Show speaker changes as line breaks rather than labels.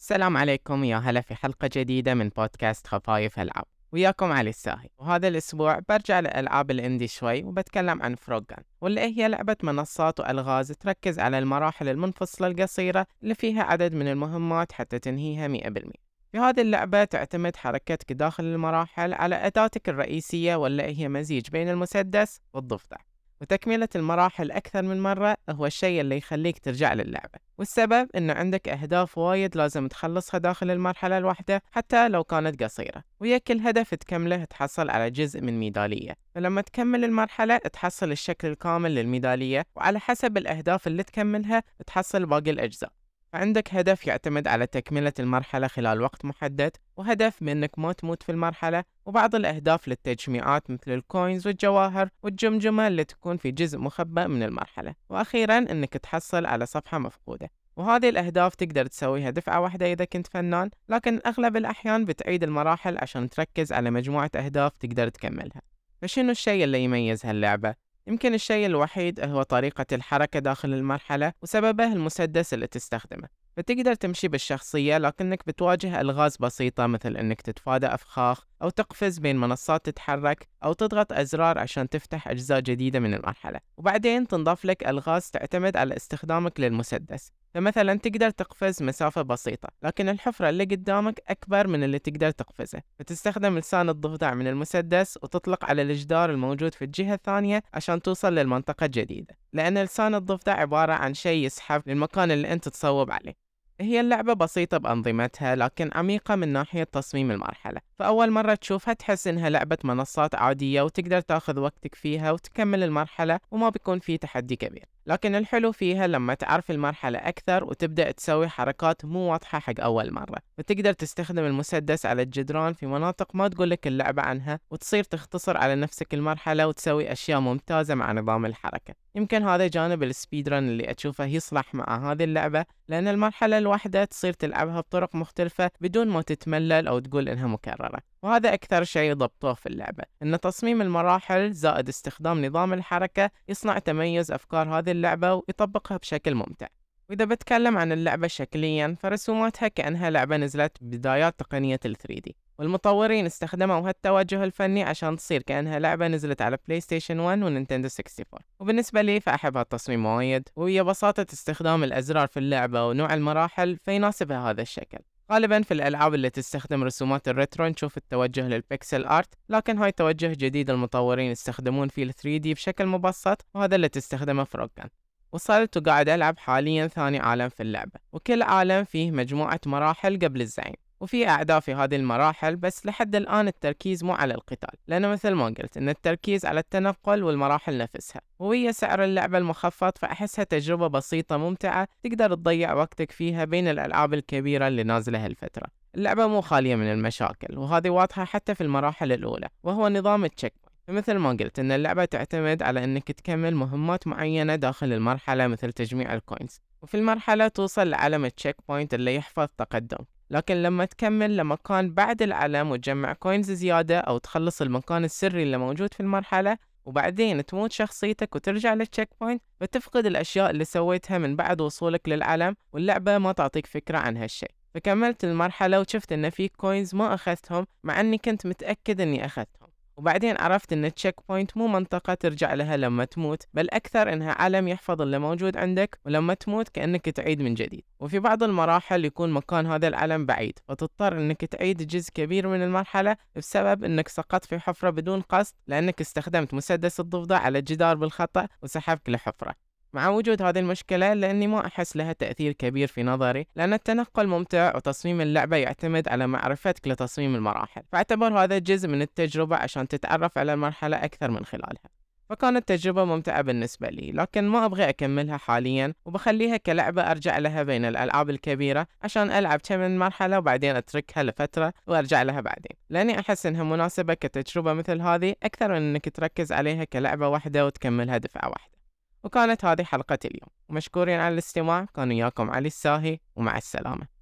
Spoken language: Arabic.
السلام عليكم، يا هلا في حلقة جديدة من بودكاست خفايف ألعاب. وياكم علي الساهي، وهذا الأسبوع برجع لألعاب الإندي شوي وبتكلم عن فروغان، واللي هي لعبة منصات وألغاز تركز على المراحل المنفصلة القصيرة اللي فيها عدد من المهمات حتى تنهيها 100%. في هذه اللعبة تعتمد حركتك داخل المراحل على أداتك الرئيسية، واللي هي مزيج بين المسدس والضفدع. وتكملة المراحل أكثر من مرة هو الشيء اللي يخليك ترجع للعبة، والسبب إنه عندك أهداف وايد لازم تخلصها داخل المرحلة الواحدة حتى لو كانت قصيرة، ويا كل هدف تكمله تحصل على جزء من ميدالية. فلما تكمل المرحلة تحصل الشكل الكامل للميدالية، وعلى حسب الأهداف اللي تكملها تحصل باقي الأجزاء. فعندك هدف يعتمد على تكملة المرحلة خلال وقت محدد، وهدف بأنك ما تموت في المرحلة، وبعض الأهداف للتجميعات مثل الكوينز والجواهر والجمجمة اللي تكون في جزء مخبأ من المرحلة، وأخيرا أنك تحصل على صفحة مفقودة. وهذه الأهداف تقدر تسويها دفعة واحدة إذا كنت فنان، لكن أغلب الأحيان بتعيد المراحل عشان تركز على مجموعة أهداف تقدر تكملها. فشنو الشيء اللي يميز هاللعبة؟ يمكن الشيء الوحيد هو طريقة الحركة داخل المرحلة، وسببه المسدس اللي تستخدمه. فتقدر تمشي بالشخصية، لكنك بتواجه ألغاز بسيطة مثل أنك تتفادى أفخاخ أو تقفز بين منصات تتحرك أو تضغط أزرار عشان تفتح أجزاء جديدة من المرحلة. وبعدين تنضاف لك ألغاز تعتمد على استخدامك للمسدس، فمثلا تقدر تقفز مسافة بسيطة لكن الحفرة اللي قدامك أكبر من اللي تقدر تقفزه، فتستخدم لسان الضفدع من المسدس وتطلق على الجدار الموجود في الجهة الثانية عشان توصل للمنطقة الجديدة، لأن لسان الضفدع عبارة عن شيء يسحب للمكان اللي أنت تصوب عليه. هي اللعبة بسيطة بأنظمتها لكن عميقة من ناحية تصميم المرحلة، فأول مرة تشوفها تحس إنها لعبة منصات عادية وتقدر تاخذ وقتك فيها وتكمل المرحلة وما بيكون في تحدي كبير. لكن الحلو فيها لما تعرف المرحلة أكثر وتبدأ تسوي حركات مو واضحة حق أول مرة، وتقدر تستخدم المسدس على الجدران في مناطق ما تقولك اللعبة عنها، وتصير تختصر على نفسك المرحلة وتسوي أشياء ممتازة مع نظام الحركة. يمكن هذا جانب السبيدرن اللي أشوفه يصلح مع هذه اللعبة، لأن المرحلة الواحدة تصير تلعبها بطرق مختلفة بدون ما تتملل أو تقول إنها مكررة. وهذا أكثر شيء ضبطوه في اللعبة، إن تصميم المراحل زائد استخدام نظام الحركة يصنع تميز أفكار هذه اللعبة ويطبقها بشكل ممتع. وإذا بتكلم عن اللعبة شكليا، فرسوماتها كأنها لعبة نزلت بدايات تقنية ال 3D، والمطورين استخدموا هالتوجه الفني عشان تصير كأنها لعبة نزلت على بلاي ستيشن 1 ونينتندو 64. وبالنسبة لي فأحب هالتصميم وايد، وهي بساطة استخدام الأزرار في اللعبة ونوع المراحل فيناسبها هذا الشكل. غالبا في الألعاب اللي تستخدم رسومات الريترو نشوف التوجه للبيكسل آرت، لكن هاي توجه جديد المطورين يستخدمون فيه ال 3D بشكل مبسط، وهذا اللي تستخدمه فروغان. وصلت وقاعد ألعب حاليا ثاني عالم في اللعبة، وكل عالم فيه مجموعة مراحل قبل الزعيم، وفي أعداء في هذه المراحل، بس لحد الآن التركيز مو على القتال، لأنه مثل ما قلت إن التركيز على التنقل والمراحل نفسها. وهي سعر اللعبة المخفض، فأحسها تجربة بسيطة ممتعة تقدر تضيع وقتك فيها بين الألعاب الكبيرة اللي نازلة هالفترة. اللعبة مو خالية من المشاكل، وهذه واضحة حتى في المراحل الأولى، وهو نظام التشيك. فمثل ما قلت إن اللعبة تعتمد على إنك تكمل مهمات معينة داخل المرحلة مثل تجميع الكوينز، وفي المرحلة توصل لعلم التشيك بوينت اللي يحفظ تقدم. لكن لما تكمل لمكان بعد العلم وتجمع كوينز زيادة أو تخلص المكان السري اللي موجود في المرحلة، وبعدين تموت شخصيتك وترجع للتشيك بوينت، فتفقد الأشياء اللي سويتها من بعد وصولك للعلم، واللعبة ما تعطيك فكرة عن هالشيء. فكملت المرحلة وشفت إن في كوينز ما أخذتهم مع إني كنت متأكد إني أخذتهم، وبعدين عرفت إن التشيك بوينت مو منطقة ترجع لها لما تموت، بل أكثر إنها علم يحفظ اللي موجود عندك، ولما تموت كأنك تعيد من جديد. وفي بعض المراحل يكون مكان هذا العلم بعيد، فتضطر إنك تعيد جزء كبير من المرحلة بسبب إنك سقطت في حفرة بدون قصد، لأنك استخدمت مسدس الضفدع على الجدار بالخطأ وسحبك لحفرة. مع وجود هذه المشكلة، لأني ما أحس لها تأثير كبير في نظري، لأن التنقل ممتع وتصميم اللعبة يعتمد على معرفتك لتصميم المراحل، فاعتبر هذا جزء من التجربة عشان تتعرف على المرحلة أكثر من خلالها. فكانت تجربة ممتعة بالنسبة لي، لكن ما أبغى أكملها حاليا، وبخليها كلعبة أرجع لها بين الألعاب الكبيرة عشان ألعب كم من مرحلة وبعدين أتركها لفترة وأرجع لها بعدين، لأني أحس إنها مناسبة كتجربة مثل هذه أكثر من إنك تركز عليها كلعبة واحدة وتكملها دفعة واحدة. وكانت هذه حلقة اليوم، ومشكورين على الاستماع. كان وياكم علي الساهي، ومع السلامة.